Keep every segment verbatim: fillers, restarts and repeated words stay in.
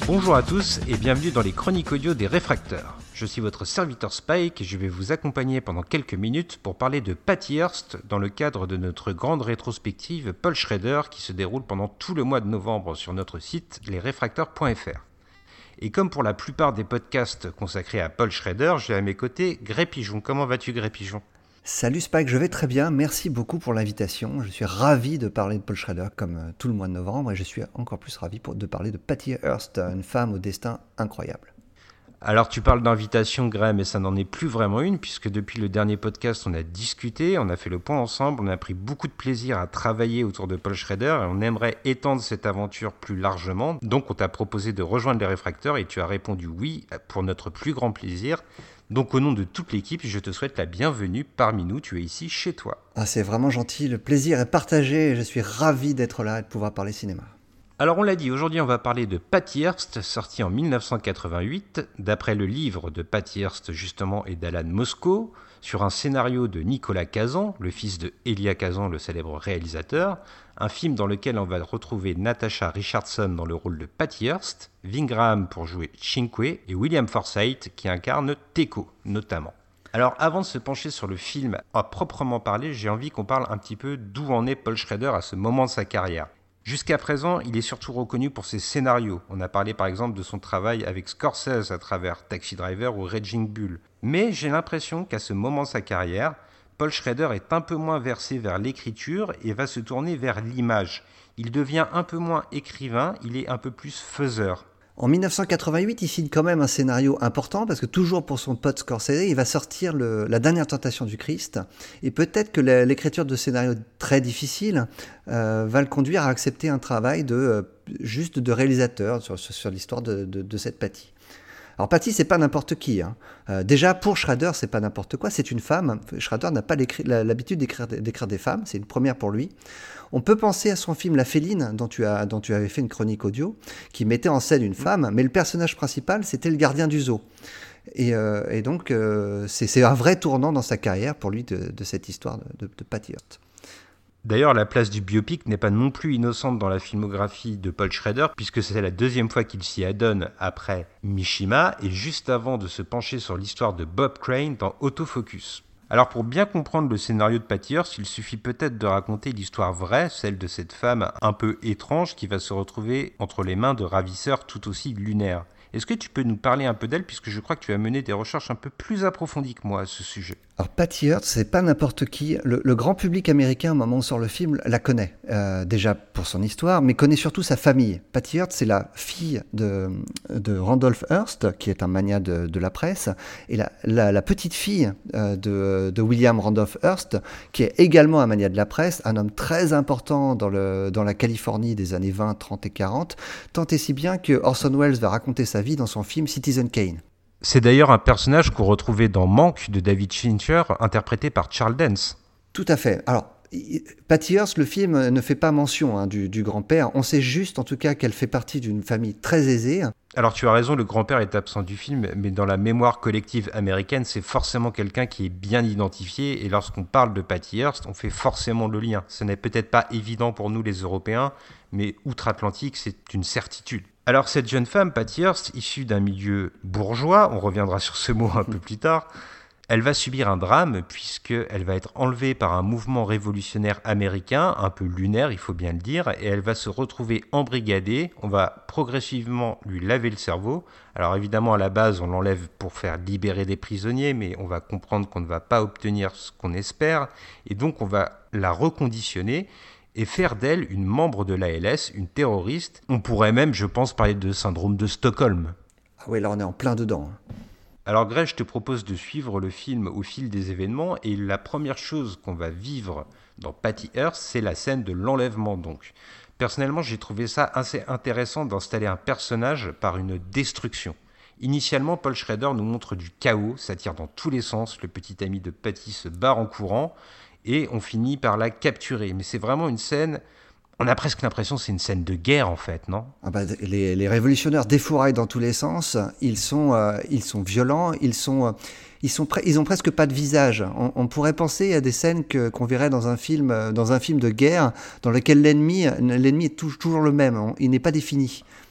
Bonjour à tous et bienvenue dans les chroniques audio des réfracteurs. Je suis votre serviteur Spike et je vais vous accompagner pendant quelques minutes pour parler de Patty Hearst dans le cadre de notre grande rétrospective Paul Schrader qui se déroule pendant tout le mois de novembre sur notre site les réfracteurs point f r. Et comme pour la plupart des podcasts consacrés à Paul Schrader, j'ai à mes côtés Gré Pigeon. Comment vas-tu, Gré Pigeon ? Salut Spike, je vais très bien, merci beaucoup pour l'invitation. Je suis ravi de parler de Paul Schrader comme tout le mois de novembre et je suis encore plus ravi pour, de parler de Patty Hearst, une femme au destin incroyable. Alors tu parles d'invitation, Gré, mais ça n'en est plus vraiment une puisque depuis le dernier podcast on a discuté, on a fait le point ensemble, on a pris beaucoup de plaisir à travailler autour de Paul Schrader et on aimerait étendre cette aventure plus largement. Donc on t'a proposé de rejoindre les réfracteurs et tu as répondu oui pour notre plus grand plaisir. Donc au nom de toute l'équipe, je te souhaite la bienvenue parmi nous, tu es ici chez toi. Ah, c'est vraiment gentil, le plaisir est partagé et je suis ravi d'être là et de pouvoir parler cinéma. Alors on l'a dit, aujourd'hui on va parler de Patty Hearst, sorti en dix-neuf cent quatre-vingt-huit, d'après le livre de Patty Hearst justement et d'Alan Moskowitz, sur un scénario de Nicolas Kazan, le fils de Elia Kazan, le célèbre réalisateur, un film dans lequel on va retrouver Natasha Richardson dans le rôle de Patty Hearst, Ving Rhames pour jouer Chinque et William Forsythe qui incarne Teco notamment. Alors avant de se pencher sur le film à proprement parler, j'ai envie qu'on parle un petit peu d'où en est Paul Schrader à ce moment de sa carrière. Jusqu'à présent, il est surtout reconnu pour ses scénarios. On a parlé par exemple de son travail avec Scorsese à travers Taxi Driver ou Raging Bull. Mais j'ai l'impression qu'à ce moment de sa carrière, Paul Schrader est un peu moins versé vers l'écriture et va se tourner vers l'image. Il devient un peu moins écrivain, il est un peu plus faiseur. En dix-neuf cent quatre-vingt-huit, il signe quand même un scénario important parce que toujours pour son pote Scorsese, il va sortir le, La dernière tentation du Christ. Et peut-être que la, l'écriture de scénario très difficile euh, va le conduire à accepter un travail de, euh, juste de réalisateur sur, sur, sur l'histoire de, de, de cette Patty. Alors Patty, c'est pas n'importe qui. Hein. Euh, déjà, pour Schrader, c'est pas n'importe quoi, c'est une femme. Schrader n'a pas l'habitude d'écrire, d'écrire des femmes, c'est une première pour lui. On peut penser à son film La Féline, dont tu, as, dont tu avais fait une chronique audio, qui mettait en scène une femme, mais le personnage principal, c'était le gardien du zoo. Et, euh, et donc, euh, c'est, c'est un vrai tournant dans sa carrière pour lui de, de cette histoire de, de, de Patty Hearst. D'ailleurs, la place du biopic n'est pas non plus innocente dans la filmographie de Paul Schrader, puisque c'est la deuxième fois qu'il s'y adonne après Mishima, et juste avant de se pencher sur l'histoire de Bob Crane dans Autofocus. Alors pour bien comprendre le scénario de Patty Hearst, il suffit peut-être de raconter l'histoire vraie, celle de cette femme un peu étrange qui va se retrouver entre les mains de ravisseurs tout aussi lunaires. Est-ce que tu peux nous parler un peu d'elle, puisque je crois que tu as mené des recherches un peu plus approfondies que moi à ce sujet. Alors Patty Hearst, c'est pas n'importe qui. Le, le grand public américain, au moment où sort le film, la connaît. Euh, déjà pour son histoire, mais connaît surtout sa famille. Patty Hearst, c'est la fille de, de Randolph Hearst, qui est un magnat de, de la presse, et la, la, la petite fille euh, de, de William Randolph Hearst, qui est également un magnat de la presse, un homme très important dans, le, dans la Californie des années vingt, trente et quarante, tant et si bien que Orson Welles va raconter sa vie dans son film Citizen Kane. C'est d'ailleurs un personnage qu'on retrouvait dans Manque de David Fincher, interprété par Charles Dance. Tout à fait. Alors, Patty Hearst, le film ne fait pas mention hein, du, du grand-père. On sait juste, en tout cas, qu'elle fait partie d'une famille très aisée. Alors, tu as raison, le grand-père est absent du film, mais dans la mémoire collective américaine, c'est forcément quelqu'un qui est bien identifié. Et lorsqu'on parle de Patty Hearst, on fait forcément le lien. Ce n'est peut-être pas évident pour nous, les Européens, mais outre-Atlantique, c'est une certitude. Alors cette jeune femme, Patty Hearst, issue d'un milieu bourgeois, on reviendra sur ce mot un peu plus tard, elle va subir un drame puisqu'elle va être enlevée par un mouvement révolutionnaire américain, un peu lunaire, il faut bien le dire, et elle va se retrouver embrigadée, on va progressivement lui laver le cerveau. Alors évidemment à la base on l'enlève pour faire libérer des prisonniers, mais on va comprendre qu'on ne va pas obtenir ce qu'on espère, et donc on va la reconditionner, et faire d'elle une membre de l'A L S, une terroriste. On pourrait même, je pense, parler de syndrome de Stockholm. Ah oui, là on est en plein dedans. Alors Greg, je te propose de suivre le film au fil des événements, et la première chose qu'on va vivre dans Patty Hearst, c'est la scène de l'enlèvement donc. Personnellement, j'ai trouvé ça assez intéressant d'installer un personnage par une destruction. Initialement, Paul Schrader nous montre du chaos, ça tire dans tous les sens, le petit ami de Patty se barre en courant, et on finit par la capturer. Mais c'est vraiment une scène, on a presque l'impression que c'est une scène de guerre en fait, non ? Ah bah, les, les révolutionnaires défouraillent dans tous les sens, ils sont, euh, ils sont violents, ils, sont, euh, ils, sont pre- ils ont presque pas de visage. On, on pourrait penser à des scènes que, qu'on verrait dans un film, dans un film de guerre dans lequel l'ennemi, l'ennemi est toujours le même, on, il n'est pas défini.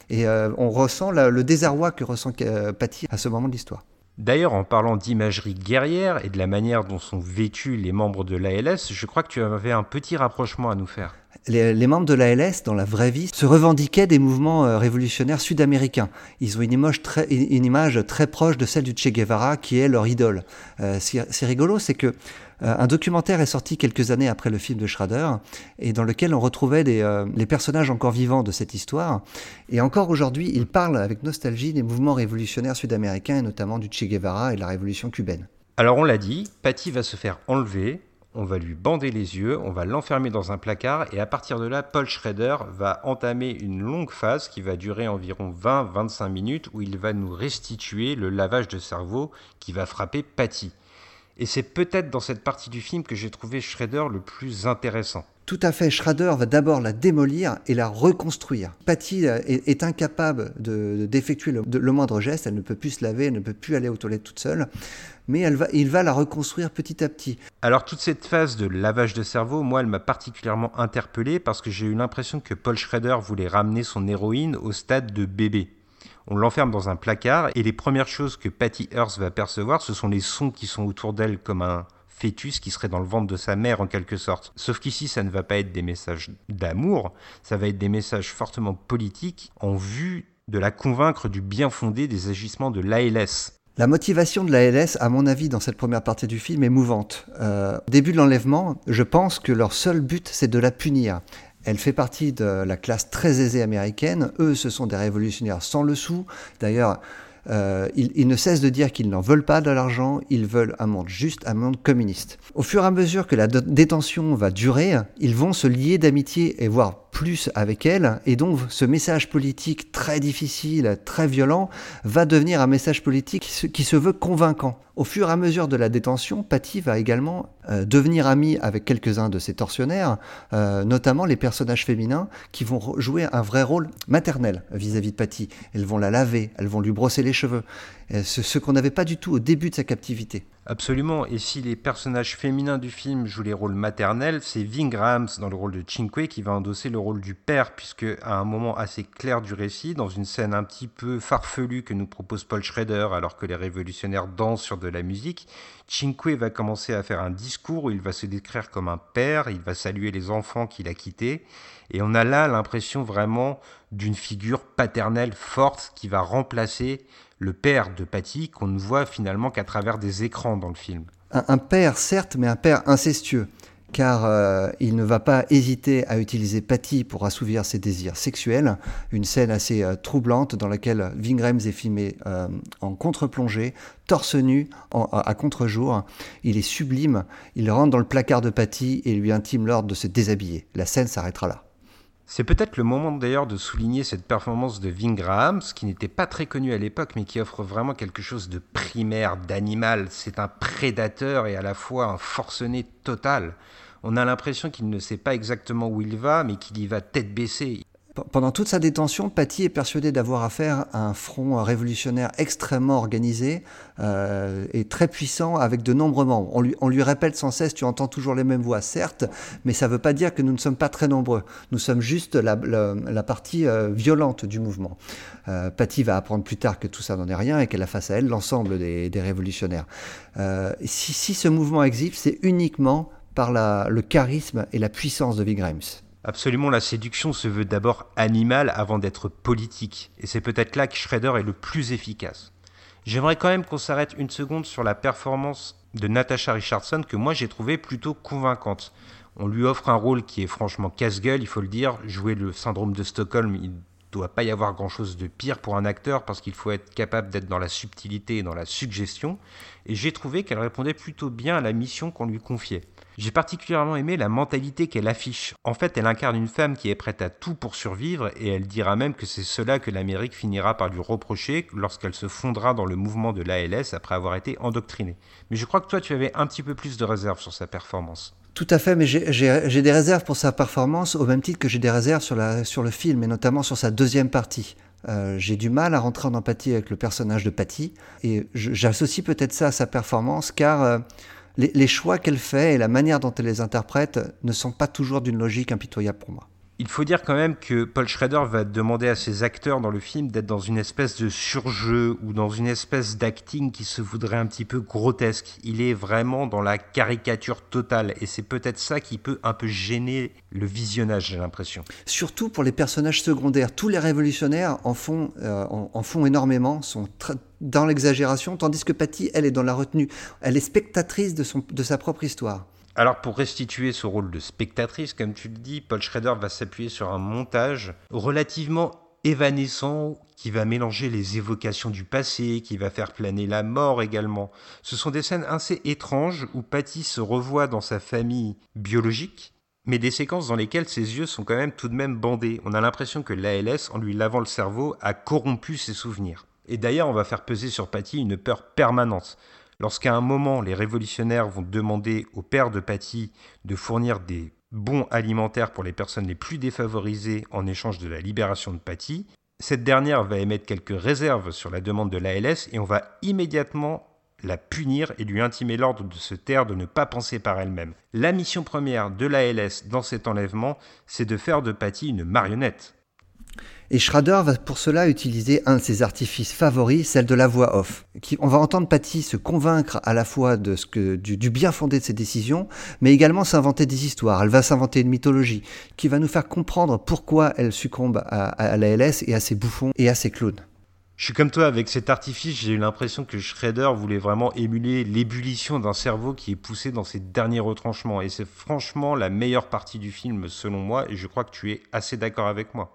Et euh, on ressent la, le désarroi que ressent euh, Patty à ce moment de l'histoire. D'ailleurs, en parlant d'imagerie guerrière et de la manière dont sont vêtus les membres de l'A L S, je crois que tu avais un petit rapprochement à nous faire. Les, les membres de l'A L S, dans la vraie vie, se revendiquaient des mouvements euh, révolutionnaires sud-américains. Ils ont une image, très, une image très proche de celle du Che Guevara, qui est leur idole. Euh, c'est, c'est rigolo, c'est que euh, un documentaire est sorti quelques années après le film de Schrader, et dans lequel on retrouvait des, euh, les personnages encore vivants de cette histoire. Et encore aujourd'hui, ils parlent avec nostalgie des mouvements révolutionnaires sud-américains, et notamment du Che Guevara et de la révolution cubaine. Alors on l'a dit, Patty va se faire enlever. On va lui bander les yeux, on va l'enfermer dans un placard et à partir de là, Paul Schrader va entamer une longue phase qui va durer environ vingt à vingt-cinq minutes où il va nous restituer le lavage de cerveau qui va frapper Patty. Et c'est peut-être dans cette partie du film que j'ai trouvé Schrader le plus intéressant. Tout à fait, Schrader va d'abord la démolir et la reconstruire. Patty est, est incapable de, de, d'effectuer le, de, le moindre geste, elle ne peut plus se laver, elle ne peut plus aller aux toilettes toute seule, mais elle va, il va la reconstruire petit à petit. Alors toute cette phase de lavage de cerveau, moi elle m'a particulièrement interpellé parce que j'ai eu l'impression que Paul Schrader voulait ramener son héroïne au stade de bébé. On l'enferme dans un placard et les premières choses que Patty Hearst va percevoir, ce sont les sons qui sont autour d'elle comme un fœtus qui serait dans le ventre de sa mère en quelque sorte. Sauf qu'ici, ça ne va pas être des messages d'amour, ça va être des messages fortement politiques en vue de la convaincre du bien fondé des agissements de l'A L S. La motivation de l'A L S, à mon avis, dans cette première partie du film, est mouvante. Euh, au début de l'enlèvement, je pense que leur seul but, c'est de la punir. Elle fait partie de la classe très aisée américaine. Eux, ce sont des révolutionnaires sans le sou. D'ailleurs, Euh, ils, ils ne cessent de dire qu'ils n'en veulent pas de l'argent, ils veulent un monde juste, un monde communiste. Au fur et à mesure que la d- détention va durer, ils vont se lier d'amitié et voire plus avec elle, et donc ce message politique très difficile, très violent, va devenir un message politique qui se, qui se veut convaincant. Au fur et à mesure de la détention, Patty va également euh, devenir amie avec quelques-uns de ses tortionnaires, euh, notamment les personnages féminins qui vont jouer un vrai rôle maternel vis-à-vis de Patty. Elles vont la laver, elles vont lui brosser les cheveux, ce, ce qu'on n'avait pas du tout au début de sa captivité. Absolument, et si les personnages féminins du film jouent les rôles maternels, c'est Ving Rhames dans le rôle de Cinque qui va endosser le rôle du père, puisque à un moment assez clair du récit, dans une scène un petit peu farfelue que nous propose Paul Schrader alors que les révolutionnaires dansent sur de la musique, Cinque va commencer à faire un discours où il va se décrire comme un père, il va saluer les enfants qu'il a quittés, et on a là l'impression vraiment d'une figure paternelle forte qui va remplacer le père de Patty qu'on ne voit finalement qu'à travers des écrans dans le film. Un, un père, certes, mais un père incestueux, car euh, il ne va pas hésiter à utiliser Patty pour assouvir ses désirs sexuels. Une scène assez euh, troublante dans laquelle Ving Rhames est filmé euh, en contre-plongée, torse nu, en, à contre-jour. Il est sublime, il rentre dans le placard de Patty et lui intime l'ordre de se déshabiller. La scène s'arrêtera là. C'est peut-être le moment d'ailleurs de souligner cette performance de Ving Rhames, qui n'était pas très connu à l'époque, mais qui offre vraiment quelque chose de primaire, d'animal. C'est un prédateur et à la fois un forcené total. On a l'impression qu'il ne sait pas exactement où il va, mais qu'il y va tête baissée. Pendant toute sa détention, Patty est persuadé d'avoir affaire à un front révolutionnaire extrêmement organisé euh, et très puissant avec de nombreux membres. On lui, on lui répète sans cesse, tu entends toujours les mêmes voix, certes, mais ça ne veut pas dire que nous ne sommes pas très nombreux. Nous sommes juste la, la, la partie euh, violente du mouvement. Euh, Patty va apprendre plus tard que tout ça n'en est rien et qu'elle a face à elle l'ensemble des, des révolutionnaires. Euh, si, si ce mouvement existe, c'est uniquement par la, le charisme et la puissance de Ving Rhames. Absolument, la séduction se veut d'abord animale avant d'être politique. Et c'est peut-être là que Schrader est le plus efficace. J'aimerais quand même qu'on s'arrête une seconde sur la performance de Natasha Richardson que moi j'ai trouvée plutôt convaincante. On lui offre un rôle qui est franchement casse-gueule, il faut le dire. Jouer le syndrome de Stockholm, il ne doit pas y avoir grand-chose de pire pour un acteur parce qu'il faut être capable d'être dans la subtilité et dans la suggestion. Et j'ai trouvé qu'elle répondait plutôt bien à la mission qu'on lui confiait. J'ai particulièrement aimé la mentalité qu'elle affiche. En fait, elle incarne une femme qui est prête à tout pour survivre et elle dira même que c'est cela que l'Amérique finira par lui reprocher lorsqu'elle se fondra dans le mouvement de l'A L S après avoir été endoctrinée. Mais je crois que toi, tu avais un petit peu plus de réserve sur sa performance. Tout à fait, mais j'ai, j'ai, j'ai des réserves pour sa performance au même titre que j'ai des réserves sur, la, sur le film et notamment sur sa deuxième partie. Euh, j'ai du mal à rentrer en empathie avec le personnage de Patty et je, j'associe peut-être ça à sa performance car... Euh, Les, les choix qu'elle fait et la manière dont elle les interprète ne sont pas toujours d'une logique impitoyable pour moi. Il faut dire quand même que Paul Schrader va demander à ses acteurs dans le film d'être dans une espèce de surjeu ou dans une espèce d'acting qui se voudrait un petit peu grotesque. Il est vraiment dans la caricature totale et c'est peut-être ça qui peut un peu gêner le visionnage, j'ai l'impression. Surtout pour les personnages secondaires. Tous les révolutionnaires en font, euh, en, en font énormément, sont tra- dans l'exagération, tandis que Patty, elle est dans la retenue. Elle est spectatrice de, son, de sa propre histoire. Alors pour restituer ce rôle de spectatrice, comme tu le dis, Paul Schrader va s'appuyer sur un montage relativement évanescent qui va mélanger les évocations du passé, qui va faire planer la mort également. Ce sont des scènes assez étranges où Patty se revoit dans sa famille biologique, mais des séquences dans lesquelles ses yeux sont quand même tout de même bandés. On a l'impression que l'A L S, en lui lavant le cerveau, a corrompu ses souvenirs. Et d'ailleurs, on va faire peser sur Patty une peur permanente. Lorsqu'à un moment, les révolutionnaires vont demander au père de Patty de fournir des bons alimentaires pour les personnes les plus défavorisées en échange de la libération de Patty, cette dernière va émettre quelques réserves sur la demande de l'A L S et on va immédiatement la punir et lui intimer l'ordre de se taire, de ne pas penser par elle-même. La mission première de l'A L S dans cet enlèvement, c'est de faire de Patty une marionnette. Et Schrader va pour cela utiliser un de ses artifices favoris, celle de la voix off. Qui, on va entendre Patty se convaincre à la fois de ce que, du, du bien fondé de ses décisions, mais également s'inventer des histoires. Elle va s'inventer une mythologie qui va nous faire comprendre pourquoi elle succombe à, à l'A L S et à ses bouffons et à ses clowns. Je suis comme toi, avec cet artifice, j'ai eu l'impression que Schrader voulait vraiment émuler l'ébullition d'un cerveau qui est poussé dans ses derniers retranchements. Et c'est franchement la meilleure partie du film, selon moi, et je crois que tu es assez d'accord avec moi.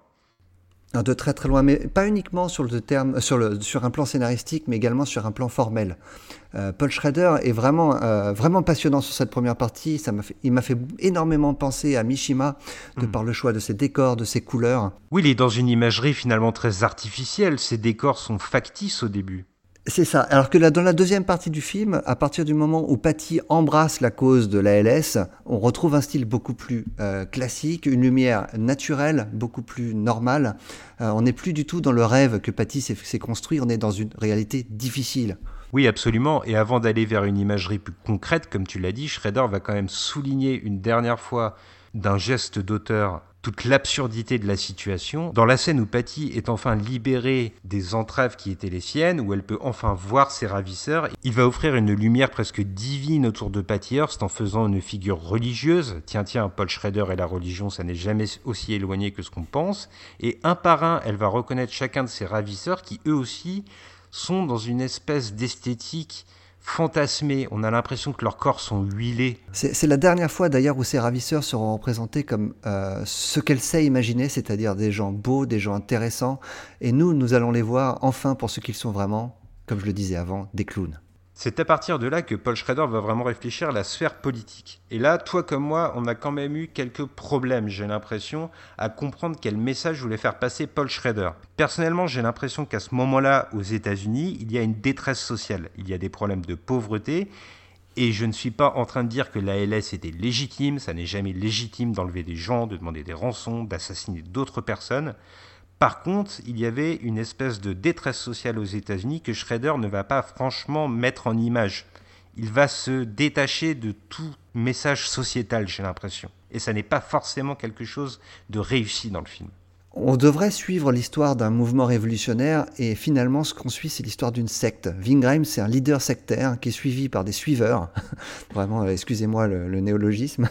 De très très loin, mais pas uniquement sur, le terme, sur, le, sur un plan scénaristique, mais également sur un plan formel. Euh, Paul Schrader est vraiment, euh, vraiment passionnant sur cette première partie. Ça m'a fait, il m'a fait énormément penser à Mishima, de mmh. par le choix de ses décors, de ses couleurs. Oui, il est dans une imagerie finalement très artificielle. Ses décors sont factices au début. C'est ça. Alors que là, dans la deuxième partie du film, à partir du moment où Patty embrasse la cause de l'A L S, on retrouve un style beaucoup plus euh, classique, une lumière naturelle, beaucoup plus normale. Euh, on n'est plus du tout dans le rêve que Patty s'est, s'est construit, on est dans une réalité difficile. Oui, absolument. Et avant d'aller vers une imagerie plus concrète, comme tu l'as dit, Schrader va quand même souligner une dernière fois d'un geste d'auteur toute l'absurdité de la situation. Dans la scène où Patty est enfin libérée des entraves qui étaient les siennes, où elle peut enfin voir ses ravisseurs, il va offrir une lumière presque divine autour de Patty Hearst en faisant une figure religieuse. Tiens, tiens, Paul Schrader et la religion, ça n'est jamais aussi éloigné que ce qu'on pense. Et un par un, elle va reconnaître chacun de ses ravisseurs qui, eux aussi, sont dans une espèce d'esthétique fantasmés, on a l'impression que leurs corps sont huilés. C'est, c'est la dernière fois d'ailleurs où ces ravisseurs seront représentés comme euh, ce qu'elle sait imaginer, c'est-à-dire des gens beaux, des gens intéressants, et nous, nous allons les voir enfin pour ce qu'ils sont vraiment, comme je le disais avant, des clowns. C'est à partir de là que Paul Schrader va vraiment réfléchir à la sphère politique. Et là, toi comme moi, on a quand même eu quelques problèmes, j'ai l'impression, à comprendre quel message voulait faire passer Paul Schrader. Personnellement, j'ai l'impression qu'à ce moment-là, aux États-Unis, il y a une détresse sociale. Il y a des problèmes de pauvreté. Et je ne suis pas en train de dire que l'A L S était légitime. Ça n'est jamais légitime d'enlever des gens, de demander des rançons, d'assassiner d'autres personnes. Par contre, il y avait une espèce de détresse sociale aux États-Unis que Schrader ne va pas franchement mettre en image. Il va se détacher de tout message sociétal, j'ai l'impression. Et ça n'est pas forcément quelque chose de réussi dans le film. On devrait suivre l'histoire d'un mouvement révolutionnaire et finalement ce qu'on suit c'est l'histoire d'une secte. Vingram c'est un leader sectaire qui est suivi par des suiveurs. Vraiment, excusez-moi le, le néologisme.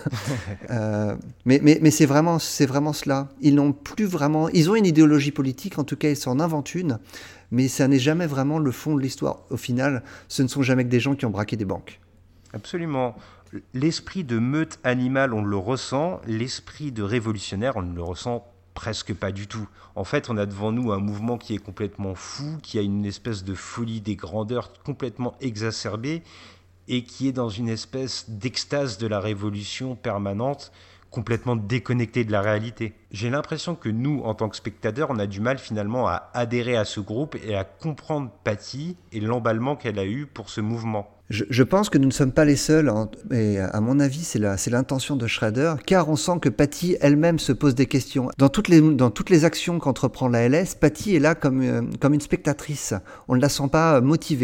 euh, mais mais, mais c'est, vraiment, c'est vraiment cela. Ils n'ont plus vraiment... Ils ont une idéologie politique, en tout cas ils s'en inventent une, mais ça n'est jamais vraiment le fond de l'histoire. Au final, ce ne sont jamais que des gens qui ont braqué des banques. Absolument. L'esprit de meute animale, on le ressent. L'esprit de révolutionnaire, on ne le ressent presque pas du tout. En fait, on a devant nous un mouvement qui est complètement fou, qui a une espèce de folie des grandeurs complètement exacerbée et qui est dans une espèce d'extase de la révolution permanente, complètement déconnectée de la réalité. J'ai l'impression que nous, en tant que spectateurs, on a du mal finalement à adhérer à ce groupe et à comprendre Patty et l'emballement qu'elle a eu pour ce mouvement. Je, je pense que nous ne sommes pas les seuls, hein, et à mon avis, c'est, la, c'est l'intention de Schrader, car on sent que Patty elle-même se pose des questions. Dans toutes les, dans toutes les actions qu'entreprend l'A L S, Patty est là comme, euh, comme une spectatrice. On ne la sent pas motivée.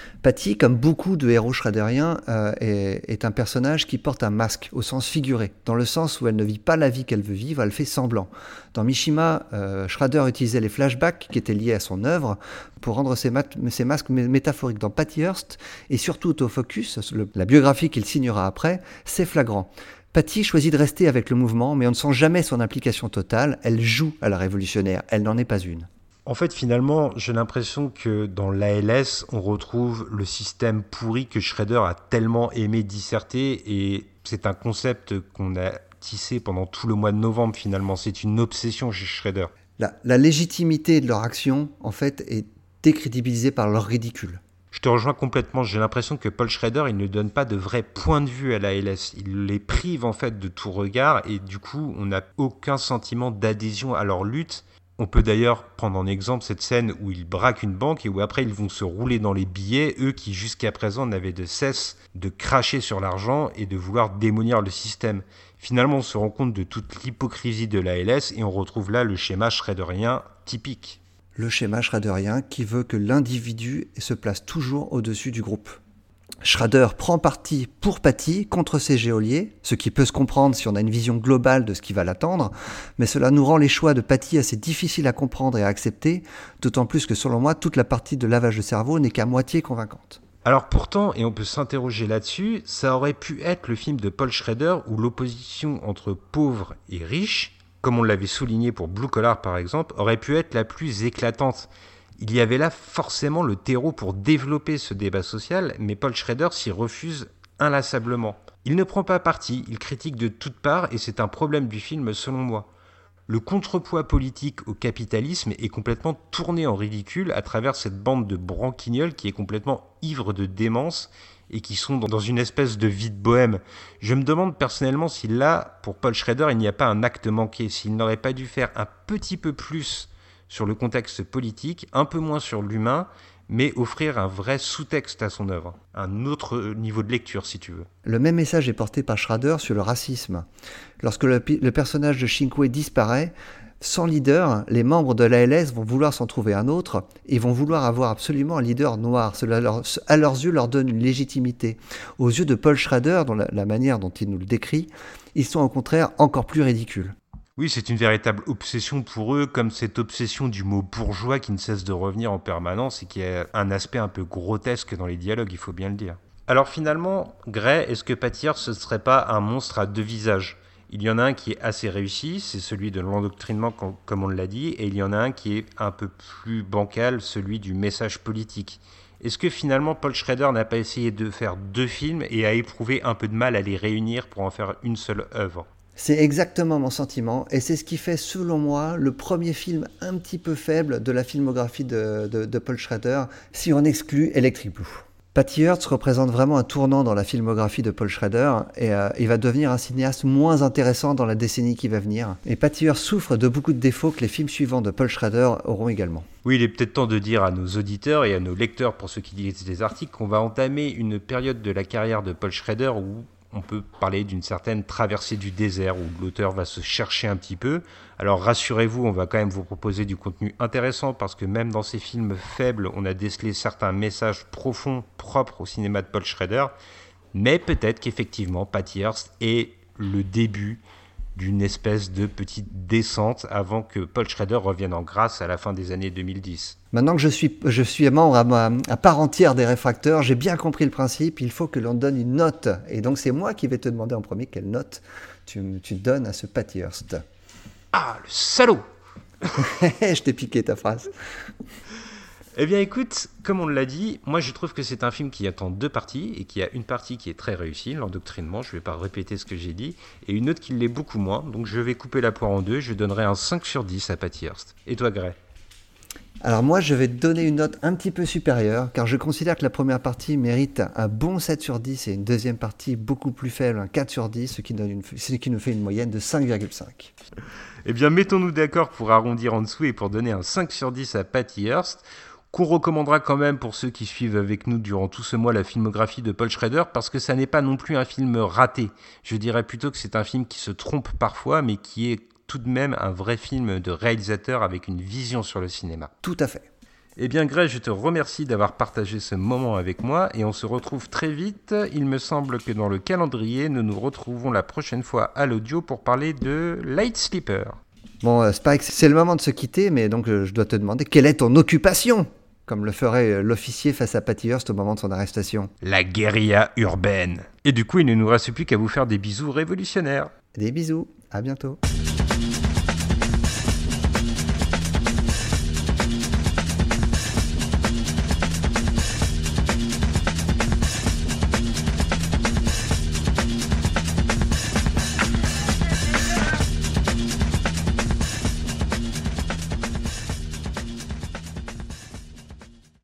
Patty, comme beaucoup de héros schraderiens, euh, est, est un personnage qui porte un masque, au sens figuré, dans le sens où elle ne vit pas la vie qu'elle veut vivre, elle fait semblant. Dans Mishima, euh, Schrader utilisait les flashbacks qui étaient liés à son œuvre pour rendre ses, mat- ses masques mé- métaphoriques. Dans Patty Hearst, et surtout Autofocus, le- la biographie qu'il signera après, c'est flagrant. Patty choisit de rester avec le mouvement, mais on ne sent jamais son implication totale, elle joue à la révolutionnaire, elle n'en est pas une. En fait, finalement, j'ai l'impression que dans l'A L S, on retrouve le système pourri que Shredder a tellement aimé disserter, et c'est un concept qu'on a tissé pendant tout le mois de novembre, finalement. C'est une obsession chez Shredder. La, la légitimité de leur action, en fait, est décrédibilisée par leur ridicule. Je te rejoins complètement. J'ai l'impression que Paul Schrader, il ne donne pas de vrai point de vue à l'A L S. Il les prive, en fait, de tout regard, et du coup, on n'a aucun sentiment d'adhésion à leur lutte. On peut d'ailleurs prendre en exemple cette scène où ils braquent une banque et où après ils vont se rouler dans les billets, eux qui jusqu'à présent n'avaient de cesse de cracher sur l'argent et de vouloir démolir le système. Finalement, on se rend compte de toute l'hypocrisie de l'A L S et on retrouve là le schéma schraderien typique. Le schéma schraderien qui veut que l'individu se place toujours au-dessus du groupe. Schrader prend parti pour Patty contre ses geôliers, ce qui peut se comprendre si on a une vision globale de ce qui va l'attendre, mais cela nous rend les choix de Patty assez difficiles à comprendre et à accepter, d'autant plus que selon moi, toute la partie de lavage de cerveau n'est qu'à moitié convaincante. Alors pourtant, et on peut s'interroger là-dessus, ça aurait pu être le film de Paul Schrader où l'opposition entre pauvres et riches, comme on l'avait souligné pour Blue Collar par exemple, aurait pu être la plus éclatante. Il y avait là forcément le terreau pour développer ce débat social, mais Paul Schrader s'y refuse inlassablement. Il ne prend pas parti, il critique de toutes parts et c'est un problème du film selon moi. Le contrepoids politique au capitalisme est complètement tourné en ridicule à travers cette bande de branquignols qui est complètement ivre de démence et qui sont dans une espèce de vie de bohème. Je me demande personnellement si là, pour Paul Schrader, il n'y a pas un acte manqué, s'il n'aurait pas dû faire un petit peu plus sur le contexte politique, un peu moins sur l'humain, mais offrir un vrai sous-texte à son œuvre, un autre niveau de lecture si tu veux. Le même message est porté par Schrader sur le racisme. Lorsque le, le personnage de Shinkwei disparaît, sans leader, les membres de l'A L S vont vouloir s'en trouver un autre et vont vouloir avoir absolument un leader noir. Cela, leur, à leurs yeux, leur donne une légitimité. Aux yeux de Paul Schrader, dans la, la manière dont il nous le décrit, ils sont au contraire encore plus ridicules. Oui, c'est une véritable obsession pour eux, comme cette obsession du mot bourgeois qui ne cesse de revenir en permanence et qui a un aspect un peu grotesque dans les dialogues, il faut bien le dire. Alors finalement, Gray, est-ce que Patty Hearst, ce ne serait pas un monstre à deux visages ? Il y en a un qui est assez réussi, c'est celui de l'endoctrinement, comme on l'a dit, et il y en a un qui est un peu plus bancal, celui du message politique. Est-ce que finalement Paul Schrader n'a pas essayé de faire deux films et a éprouvé un peu de mal à les réunir pour en faire une seule œuvre ? C'est exactement mon sentiment, et c'est ce qui fait, selon moi, le premier film un petit peu faible de la filmographie de, de, de Paul Schrader, si on exclut Electric Blue. Patty Hearst représente vraiment un tournant dans la filmographie de Paul Schrader, et euh, il va devenir un cinéaste moins intéressant dans la décennie qui va venir. Et Patty Hearst souffre de beaucoup de défauts que les films suivants de Paul Schrader auront également. Oui, il est peut-être temps de dire à nos auditeurs et à nos lecteurs, pour ceux qui lisent des articles, qu'on va entamer une période de la carrière de Paul Schrader où on peut parler d'une certaine traversée du désert où l'auteur va se chercher un petit peu. Alors rassurez-vous, on va quand même vous proposer du contenu intéressant parce que même dans ces films faibles, on a décelé certains messages profonds propres au cinéma de Paul Schrader. Mais peut-être qu'effectivement, Patty Hearst est le début d'une espèce de petite descente avant que Paul Schrader revienne en grâce à la fin des années deux mille dix. Maintenant que je suis, je suis membre à, ma, à part entière des réfracteurs, j'ai bien compris le principe, il faut que l'on donne une note. Et donc c'est moi qui vais te demander en premier quelle note tu, tu donnes à ce Patty Hearst. Ah, le salaud! Je t'ai piqué ta phrase. Eh bien écoute, comme on l'a dit, moi je trouve que c'est un film qui attend deux parties et qui a une partie qui est très réussie, l'endoctrinement, je ne vais pas répéter ce que j'ai dit, et une autre qui l'est beaucoup moins, donc je vais couper la poire en deux, je donnerai un cinq sur dix à Patty Hearst. Et toi Gray ? Alors moi je vais te donner une note un petit peu supérieure, car je considère que la première partie mérite un bon sept sur dix et une deuxième partie beaucoup plus faible, un quatre sur dix, ce qui, donne une, ce qui nous fait une moyenne de cinq virgule cinq. Eh bien mettons-nous d'accord pour arrondir en dessous et pour donner un cinq sur dix à Patty Hearst, qu'on recommandera quand même pour ceux qui suivent avec nous durant tout ce mois la filmographie de Paul Schrader, parce que ça n'est pas non plus un film raté. Je dirais plutôt que c'est un film qui se trompe parfois, mais qui est tout de même un vrai film de réalisateur avec une vision sur le cinéma. Tout à fait. Eh bien Greg, je te remercie d'avoir partagé ce moment avec moi et on se retrouve très vite. Il me semble que dans le calendrier, nous nous retrouvons la prochaine fois à l'audio pour parler de Light Sleeper. Bon, euh, Spike, c'est le moment de se quitter, mais donc euh, je dois te demander, quelle est ton occupation ? Comme le ferait euh, l'officier face à Patty Hearst au moment de son arrestation. La guérilla urbaine. Et du coup, il ne nous reste plus qu'à vous faire des bisous révolutionnaires. Des bisous, à bientôt.